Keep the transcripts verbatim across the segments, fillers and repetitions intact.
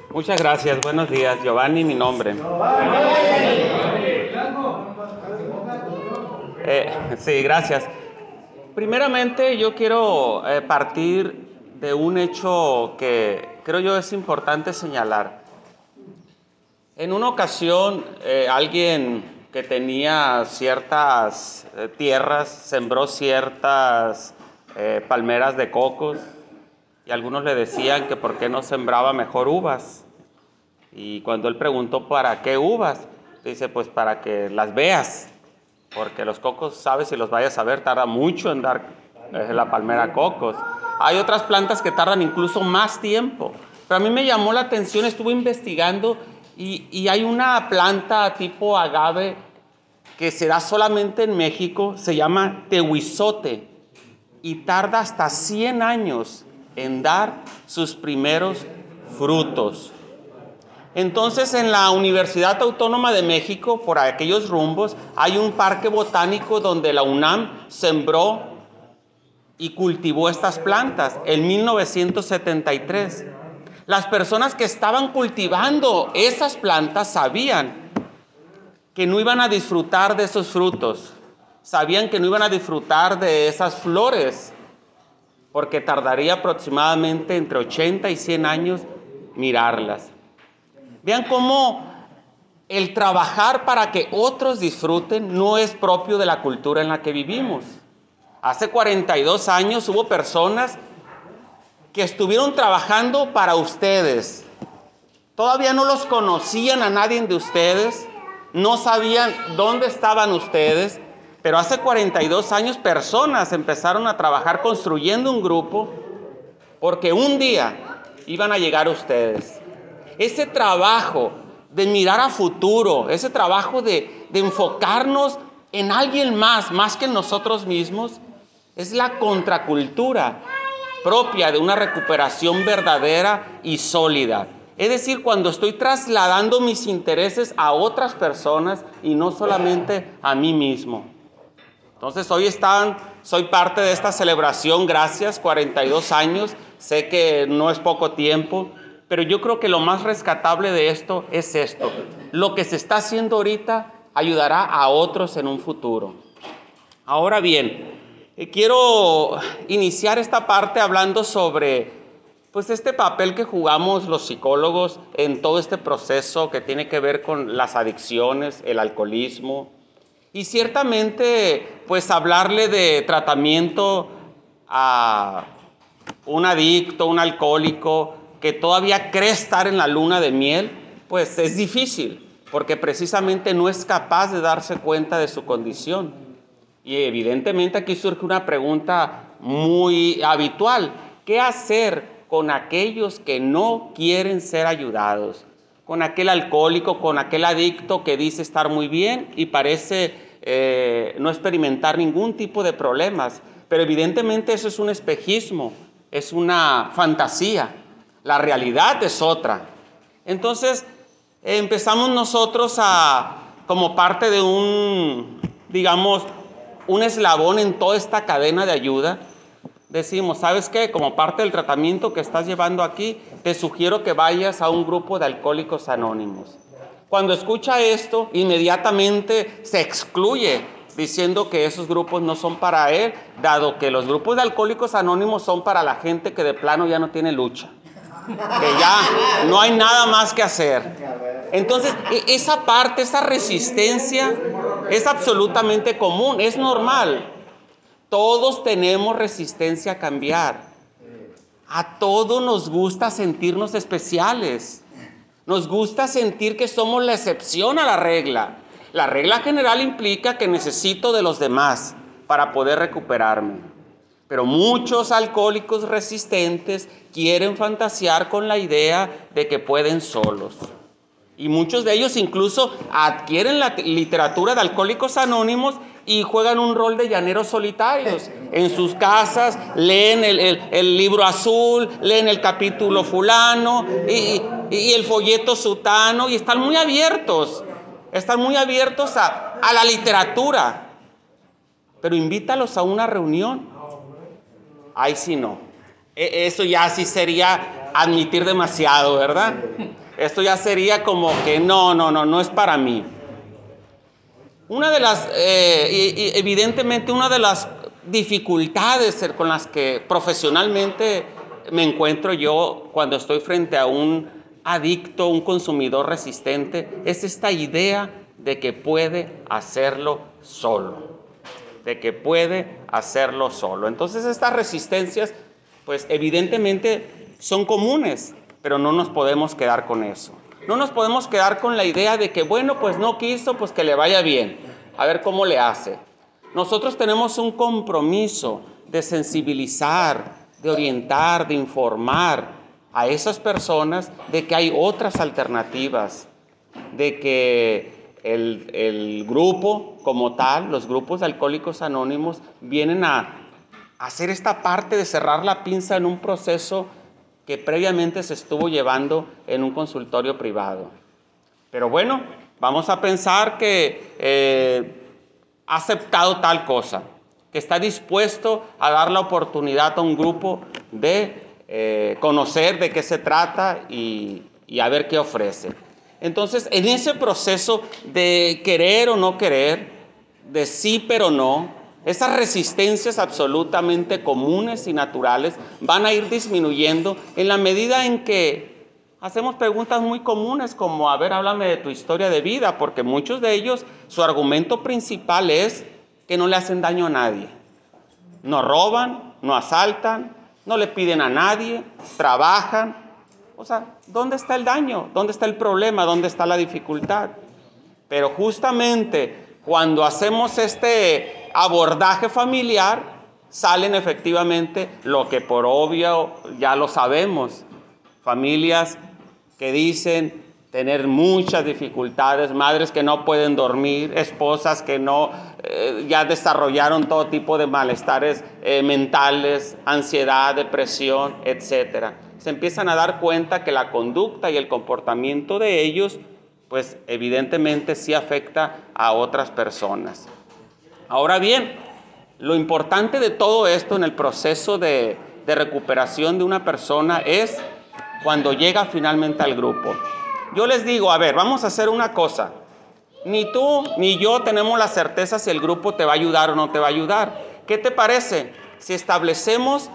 Muchas gracias, buenos días. Giovanni, mi nombre. Eh, sí, gracias. Primeramente, yo quiero eh, partir de un hecho que creo yo es importante señalar. En una ocasión, eh, alguien que tenía ciertas eh, tierras sembró ciertas eh, palmeras de cocos y algunos le decían que por qué no sembraba mejor uvas. Y cuando él preguntó para qué uvas, dice pues para que las veas, porque los cocos, sabes, si los vayas a ver, tarda mucho en dar eh, la palmera cocos. Hay otras plantas que tardan incluso más tiempo, pero a mí me llamó la atención, estuve investigando y, y hay una planta tipo agave que se da solamente en México, se llama tehuizote y tarda hasta cien años en dar sus primeros frutos. Entonces, en la Universidad Autónoma de México, por aquellos rumbos, hay un parque botánico donde la UNAM sembró y cultivó estas plantas en mil novecientos setenta y tres. Las personas que estaban cultivando esas plantas sabían que no iban a disfrutar de esos frutos, sabían que no iban a disfrutar de esas flores, porque tardaría aproximadamente entre ochenta y cien años mirarlas. Vean cómo el trabajar para que otros disfruten no es propio de la cultura en la que vivimos. Hace cuarenta y dos años hubo personas que estuvieron trabajando para ustedes. Todavía no los conocían a nadie de ustedes, no sabían dónde estaban ustedes, pero hace cuarenta y dos años personas empezaron a trabajar construyendo un grupo porque un día iban a llegar ustedes. Ese trabajo de mirar a futuro, ese trabajo de, de enfocarnos en alguien más, más que en nosotros mismos, es la contracultura propia de una recuperación verdadera y sólida. Es decir, cuando estoy trasladando mis intereses a otras personas y no solamente a mí mismo. Entonces, hoy están, soy parte de esta celebración, gracias, cuarenta y dos años, sé que no es poco tiempo, pero yo creo que lo más rescatable de esto es esto. Lo que se está haciendo ahorita ayudará a otros en un futuro. Ahora bien, eh, quiero iniciar esta parte hablando sobre pues, este papel que jugamos los psicólogos en todo este proceso que tiene que ver con las adicciones, el alcoholismo. Y ciertamente, pues hablarle de tratamiento a un adicto, un alcohólico, que todavía cree estar en la luna de miel, pues es difícil, porque precisamente no es capaz de darse cuenta de su condición. Y evidentemente aquí surge una pregunta muy habitual: ¿qué hacer con aquellos que no quieren ser ayudados? Con aquel alcohólico, con aquel adicto que dice estar muy bien y parece eh, no experimentar ningún tipo de problemas, pero evidentemente eso es un espejismo, es una fantasía. La realidad es otra. Entonces, eh, empezamos nosotros a, como parte de un, digamos, un eslabón en toda esta cadena de ayuda, decimos, ¿sabes qué? Como parte del tratamiento que estás llevando aquí, te sugiero que vayas a un grupo de alcohólicos anónimos. Cuando escucha esto, inmediatamente se excluye, diciendo que esos grupos no son para él, dado que los grupos de alcohólicos anónimos son para la gente que de plano ya no tiene lucha, que ya no hay nada más que hacer. Entonces, esa parte, esa resistencia es absolutamente común, es normal. Todos tenemos resistencia a cambiar. A todos nos gusta sentirnos especiales. Nos gusta sentir que somos la excepción a la regla. La regla general implica que necesito de los demás para poder recuperarme. Pero muchos alcohólicos resistentes quieren fantasear con la idea de que pueden solos. Y muchos de ellos incluso adquieren la literatura de Alcohólicos Anónimos y juegan un rol de llaneros solitarios. En sus casas leen el, el, el libro azul, leen el capítulo fulano y, y, y el folleto sutano y están muy abiertos. Están muy abiertos a, a la literatura. Pero invítalos a una reunión. Ay, sí, no. Eso ya sí sería admitir demasiado, ¿verdad? Esto ya sería como que no, no, no, no es para mí. Una de las, eh, y, y evidentemente una de las dificultades con las que profesionalmente me encuentro yo cuando estoy frente a un adicto, un consumidor resistente, es esta idea de que puede hacerlo solo, de que puede hacerlo solo. Entonces estas resistencias, pues evidentemente son comunes, pero no nos podemos quedar con eso. No nos podemos quedar con la idea de que, bueno, pues no quiso, pues que le vaya bien, a ver cómo le hace. Nosotros tenemos un compromiso de sensibilizar, de orientar, de informar a esas personas de que hay otras alternativas, de que el, el grupo como tal, los grupos de Alcohólicos Anónimos, vienen a hacer esta parte de cerrar la pinza en un proceso que previamente se estuvo llevando en un consultorio privado. Pero bueno, vamos a pensar que eh, ha aceptado tal cosa, que está dispuesto a dar la oportunidad a un grupo de eh, conocer de qué se trata y, y a ver qué ofrece. Entonces, en ese proceso de querer o no querer, de sí pero no, esas resistencias absolutamente comunes y naturales van a ir disminuyendo en la medida en que hacemos preguntas muy comunes como, a ver, háblame de tu historia de vida, porque muchos de ellos, su argumento principal es que no le hacen daño a nadie. No roban, no asaltan, no le piden a nadie, trabajan. O sea, ¿dónde está el daño? ¿Dónde está el problema? ¿Dónde está la dificultad? Pero justamente cuando hacemos este abordaje familiar, salen efectivamente lo que por obvio ya lo sabemos. Familias que dicen tener muchas dificultades, madres que no pueden dormir, esposas que no, eh, ya desarrollaron todo tipo de malestares eh, mentales, ansiedad, depresión, etcétera. Se empiezan a dar cuenta que la conducta y el comportamiento de ellos, pues evidentemente sí afecta a otras personas. Ahora bien, lo importante de todo esto en el proceso de, de recuperación de una persona es cuando llega finalmente al grupo. Yo les digo, a ver, vamos a hacer una cosa. Ni tú ni yo tenemos la certeza si el grupo te va a ayudar o no te va a ayudar. ¿Qué te parece si establecemos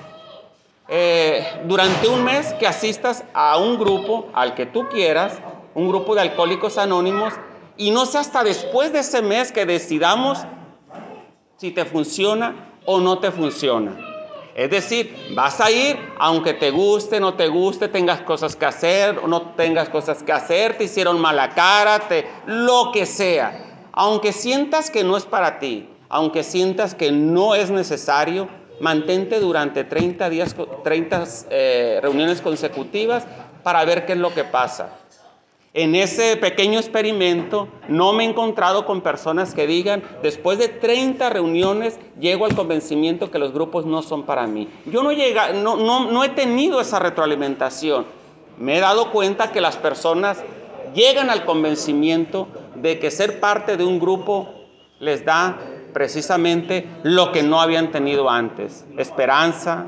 eh, durante un mes que asistas a un grupo al que tú quieras, un grupo de Alcohólicos Anónimos, y no sea hasta después de ese mes que decidamos si te funciona o no te funciona? Es decir, vas a ir aunque te guste, no te guste, tengas cosas que hacer o no tengas cosas que hacer, te hicieron mala cara, te, lo que sea. Aunque sientas que no es para ti, aunque sientas que no es necesario, mantente durante treinta días, treinta eh, reuniones consecutivas para ver qué es lo que pasa. En ese pequeño experimento no me he encontrado con personas que digan, después de treinta reuniones, llego al convencimiento que los grupos no son para mí. Yo no, llega, no, no, no he tenido esa retroalimentación. Me he dado cuenta que las personas llegan al convencimiento de que ser parte de un grupo les da precisamente lo que no habían tenido antes: esperanza,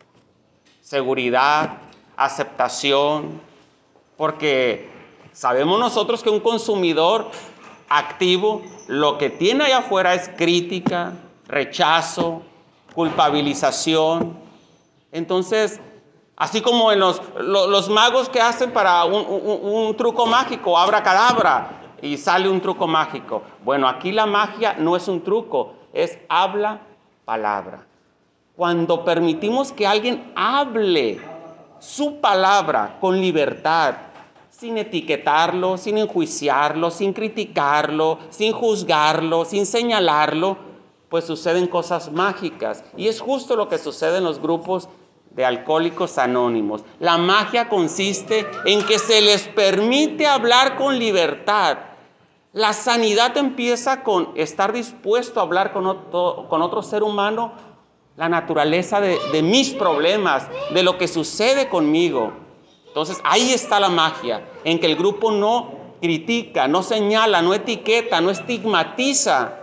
seguridad, aceptación, porque sabemos nosotros que un consumidor activo lo que tiene allá afuera es crítica, rechazo, culpabilización. Entonces, así como en los, los, los magos que hacen para un, un, un truco mágico, abracadabra, y sale un truco mágico. Bueno, aquí la magia no es un truco, es habla palabra. Cuando permitimos que alguien hable su palabra con libertad, sin etiquetarlo, sin enjuiciarlo, sin criticarlo, sin juzgarlo, sin señalarlo, pues suceden cosas mágicas. Y es justo lo que sucede en los grupos de Alcohólicos Anónimos. La magia consiste en que se les permite hablar con libertad. La sanidad empieza con estar dispuesto a hablar con otro, con otro ser humano la naturaleza de, de mis problemas, de lo que sucede conmigo. Entonces ahí está la magia, en que el grupo no critica, no señala, no etiqueta, no estigmatiza.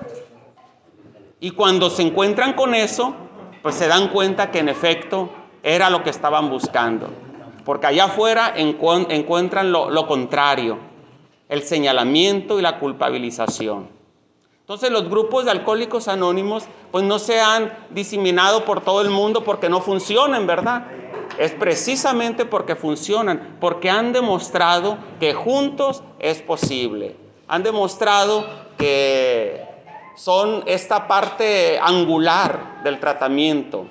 Y cuando se encuentran con eso, pues se dan cuenta que en efecto era lo que estaban buscando. porque allá afuera encu- encuentran lo, lo contrario, el señalamiento y la culpabilización. Entonces los grupos de Alcohólicos Anónimos pues no se han diseminado por todo el mundo porque no funcionan, ¿verdad? Es precisamente porque funcionan, porque han demostrado que juntos es posible. Han demostrado que son esta parte angular del tratamiento.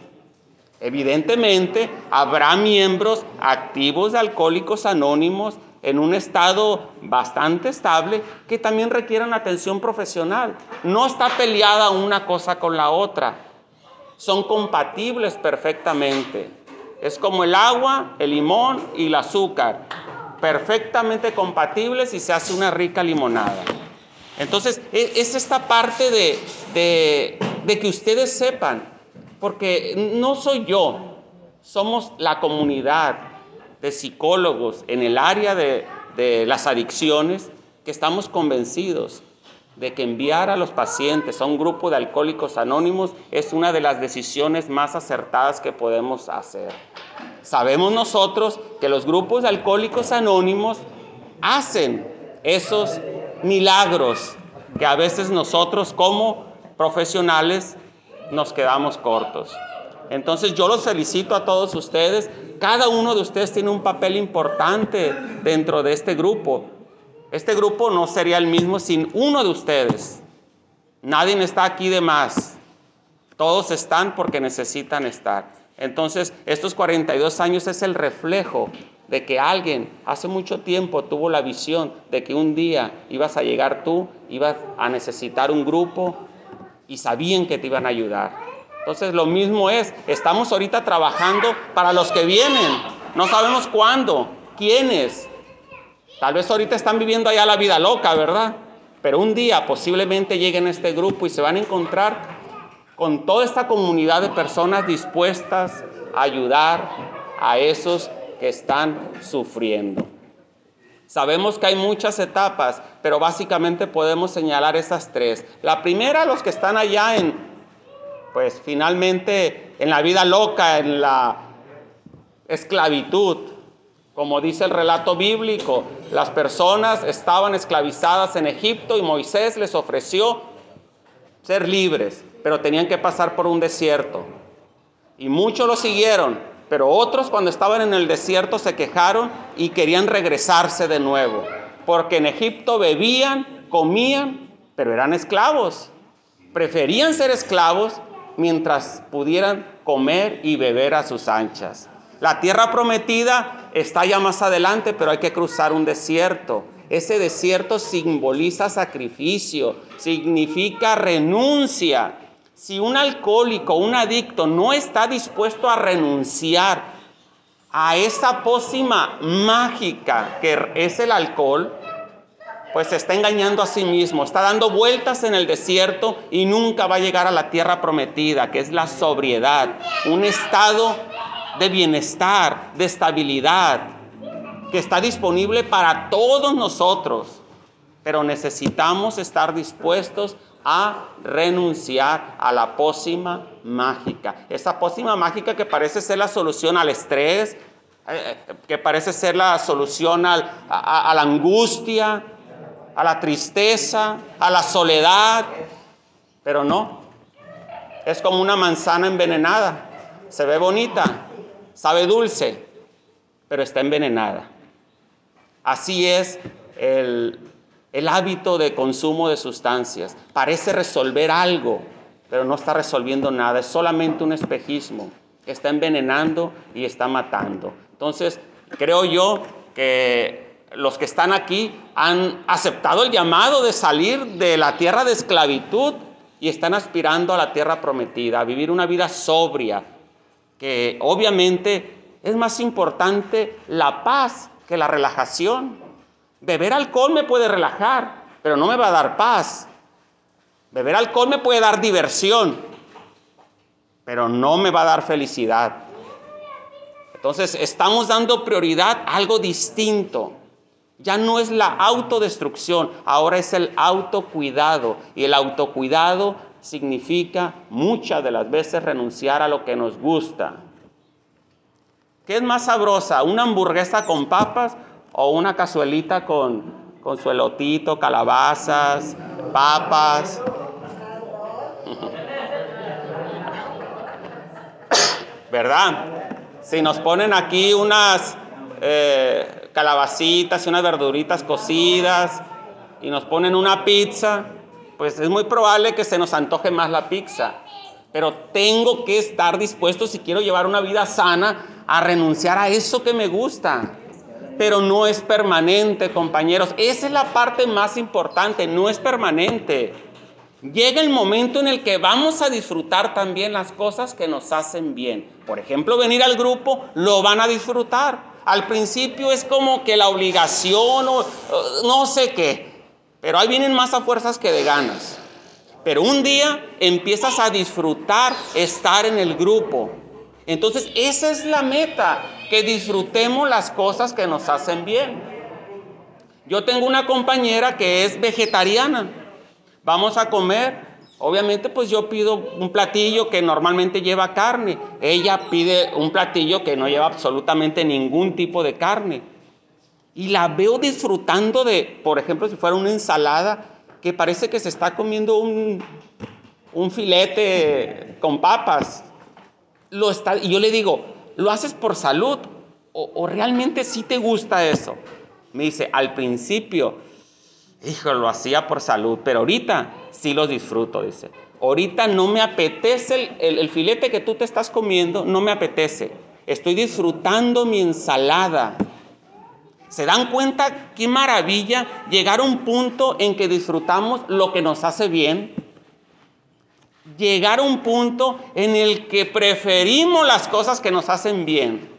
Evidentemente, habrá miembros activos de Alcohólicos Anónimos en un estado bastante estable que también requieran atención profesional. No está peleada una cosa con la otra. Son compatibles perfectamente. Es como el agua, el limón y el azúcar. Perfectamente compatibles y se hace una rica limonada. Entonces, es esta parte de, de, de que ustedes sepan, porque no soy yo, somos la comunidad de psicólogos en el área de, de las adicciones que estamos convencidos de que enviar a los pacientes a un grupo de Alcohólicos Anónimos es una de las decisiones más acertadas que podemos hacer. Sabemos nosotros que los grupos de Alcohólicos Anónimos hacen esos milagros que a veces nosotros como profesionales nos quedamos cortos. Entonces yo los felicito a todos ustedes. Cada uno de ustedes tiene un papel importante dentro de este grupo. Este grupo no sería el mismo sin uno de ustedes. Nadie está aquí de más. Todos están porque necesitan estar. Entonces, estos cuarenta y dos años es el reflejo de que alguien hace mucho tiempo tuvo la visión de que un día ibas a llegar tú, ibas a necesitar un grupo y sabían que te iban a ayudar. Entonces, lo mismo es, estamos ahorita trabajando para los que vienen. No sabemos cuándo, quiénes. Tal vez ahorita están viviendo allá la vida loca, ¿verdad? Pero un día posiblemente lleguen a este grupo y se van a encontrar con toda esta comunidad de personas dispuestas a ayudar a esos que están sufriendo. Sabemos que hay muchas etapas, pero básicamente podemos señalar esas tres. La primera, los que están allá en, pues finalmente, en la vida loca, en la esclavitud. Como dice el relato bíblico, las personas estaban esclavizadas en Egipto y Moisés les ofreció ser libres, pero tenían que pasar por un desierto. Y muchos lo siguieron, pero otros cuando estaban en el desierto se quejaron y querían regresarse de nuevo, porque en Egipto bebían, comían, pero eran esclavos. Preferían ser esclavos mientras pudieran comer y beber a sus anchas. La tierra prometida está ya más adelante, pero hay que cruzar un desierto. Ese desierto simboliza sacrificio, significa renuncia. Si un alcohólico, un adicto no está dispuesto a renunciar a esa pócima mágica que es el alcohol, pues se está engañando a sí mismo, está dando vueltas en el desierto y nunca va a llegar a la tierra prometida, que es la sobriedad, un estado de bienestar, de estabilidad, que está disponible para todos nosotros, pero necesitamos estar dispuestos a renunciar a la pócima mágica. Esa pócima mágica que parece ser la solución al estrés, eh, que parece ser la solución al, a, a la angustia, a la tristeza, a la soledad, pero no. Es como una manzana envenenada. Se ve bonita, sabe dulce, pero está envenenada. Así es el, el hábito de consumo de sustancias. Parece resolver algo, pero no está resolviendo nada. Es solamente un espejismo que está envenenando y está matando. Entonces, creo yo que los que están aquí han aceptado el llamado de salir de la tierra de esclavitud y están aspirando a la tierra prometida, a vivir una vida sobria, que obviamente es más importante la paz que la relajación. Beber alcohol me puede relajar, pero no me va a dar paz. Beber alcohol me puede dar diversión, pero no me va a dar felicidad. Entonces estamos dando prioridad a algo distinto. Ya no es la autodestrucción, ahora es el autocuidado. Y el autocuidado significa muchas de las veces renunciar a lo que nos gusta. ¿Qué es más sabrosa? ¿Una hamburguesa con papas o una cazuelita con, con su elotito, calabazas, papas? ¿Verdad? Si nos ponen aquí unas eh, calabacitas y unas verduritas cocidas y nos ponen una pizza, pues es muy probable que se nos antoje más la pizza. Pero tengo que estar dispuesto, si quiero llevar una vida sana, a renunciar a eso que me gusta. Pero no es permanente, compañeros. Esa es la parte más importante, no es permanente. Llega el momento en el que vamos a disfrutar también las cosas que nos hacen bien. Por ejemplo, venir al grupo, lo van a disfrutar. Al principio es como que la obligación o no sé qué. Pero ahí vienen más a fuerzas que de ganas. Pero un día empiezas a disfrutar estar en el grupo. Entonces esa es la meta, que disfrutemos las cosas que nos hacen bien. Yo tengo una compañera que es vegetariana. Vamos a comer, obviamente pues yo pido un platillo que normalmente lleva carne. Ella pide un platillo que no lleva absolutamente ningún tipo de carne. Y la veo disfrutando de, por ejemplo, si fuera una ensalada, que parece que se está comiendo un, un filete con papas. Lo está, y yo le digo, ¿lo haces por salud? ¿O, o realmente sí te gusta eso? Me dice, al principio, hijo, lo hacía por salud, pero ahorita sí lo disfruto, dice. Ahorita no me apetece el, el, el filete que tú te estás comiendo, no me apetece. Estoy disfrutando mi ensalada. ¿Se dan cuenta qué maravilla llegar a un punto en que disfrutamos lo que nos hace bien? Llegar a un punto en el que preferimos las cosas que nos hacen bien.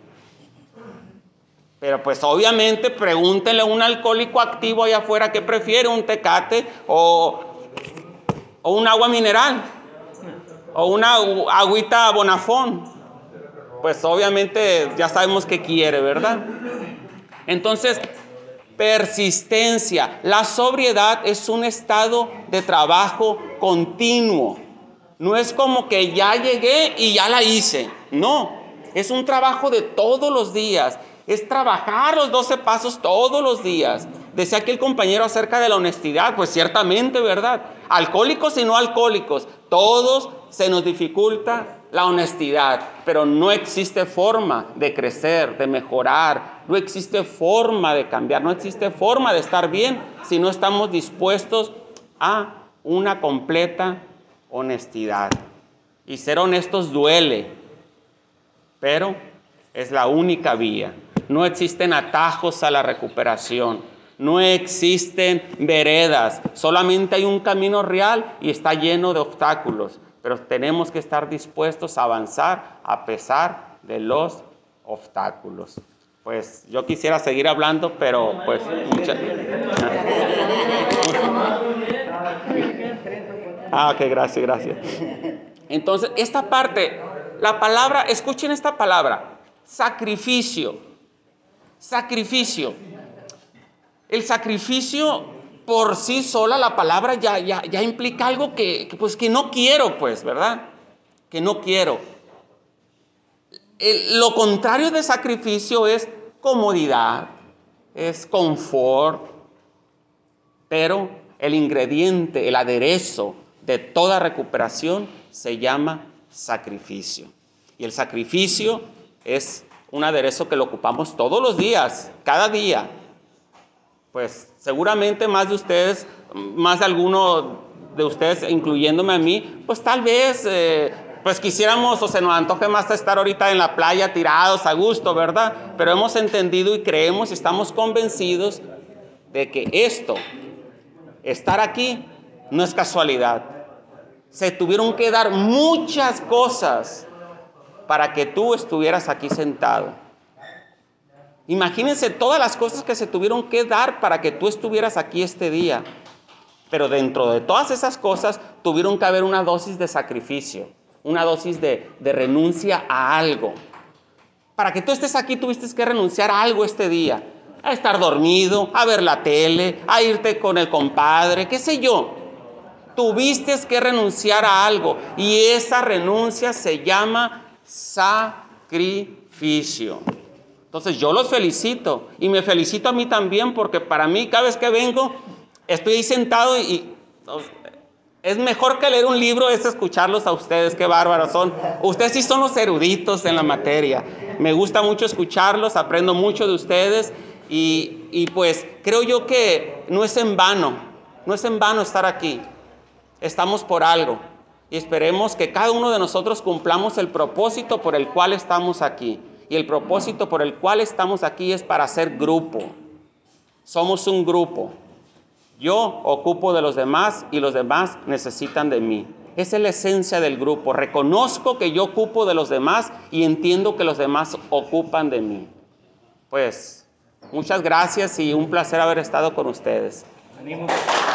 Pero pues obviamente pregúntenle a un alcohólico activo allá afuera qué prefiere, un Tecate o, o un agua mineral o una agüita Bonafón. Pues obviamente ya sabemos qué quiere, ¿verdad? Entonces, persistencia. La sobriedad es un estado de trabajo continuo. No es como que ya llegué y ya la hice. No, es un trabajo de todos los días. Es trabajar los doce pasos todos los días. Decía aquí el compañero acerca de la honestidad, pues ciertamente, ¿verdad? Alcohólicos y no alcohólicos, todos se nos dificulta la honestidad, pero no existe forma de crecer, de mejorar, no existe forma de cambiar, no existe forma de estar bien si no estamos dispuestos a una completa honestidad. Y ser honestos duele, pero es la única vía. No existen atajos a la recuperación, no existen veredas, solamente hay un camino real y está lleno de obstáculos. Pero tenemos que estar dispuestos a avanzar a pesar de los obstáculos. Pues yo quisiera seguir hablando, pero pues muchas... Ah, ok, gracias, gracias. Entonces, esta parte, la palabra, escuchen esta palabra, sacrificio. Sacrificio. El sacrificio por sí sola, la palabra ya, ya, ya implica algo que, que, pues, que no quiero, pues, ¿verdad? Que no quiero. El, lo contrario de sacrificio es comodidad, es confort, pero el ingrediente, el aderezo de toda recuperación se llama sacrificio. Y el sacrificio es un aderezo que lo ocupamos todos los días, cada día. Pues seguramente más de ustedes, más de alguno de ustedes, incluyéndome a mí, pues tal vez eh, pues quisiéramos o se nos antoje más estar ahorita en la playa tirados a gusto, ¿verdad? Pero hemos entendido y creemos y estamos convencidos de que esto, estar aquí, no es casualidad. Se tuvieron que dar muchas cosas para que tú estuvieras aquí sentado. Imagínense todas las cosas que se tuvieron que dar para que tú estuvieras aquí este día. Pero dentro de todas esas cosas tuvieron que haber una dosis de sacrificio, una dosis de, de renuncia a algo. Para que tú estés aquí tuviste que renunciar a algo este día. A estar dormido, a ver la tele, a irte con el compadre, qué sé yo. Tuviste que renunciar a algo y esa renuncia se llama sacrificio. Entonces yo los felicito y me felicito a mí también, porque para mí cada vez que vengo estoy ahí sentado y, y es mejor que leer un libro es escucharlos a ustedes. Qué bárbaros son. Ustedes sí son los eruditos en la materia. Me gusta mucho escucharlos, aprendo mucho de ustedes y, y pues creo yo que no es en vano, no es en vano estar aquí. Estamos por algo y esperemos que cada uno de nosotros cumplamos el propósito por el cual estamos aquí. Y el propósito por el cual estamos aquí es para hacer grupo. Somos un grupo. Yo ocupo de los demás y los demás necesitan de mí. Esa es la esencia del grupo. Reconozco que yo ocupo de los demás y entiendo que los demás ocupan de mí. Pues, muchas gracias y un placer haber estado con ustedes. Venimos.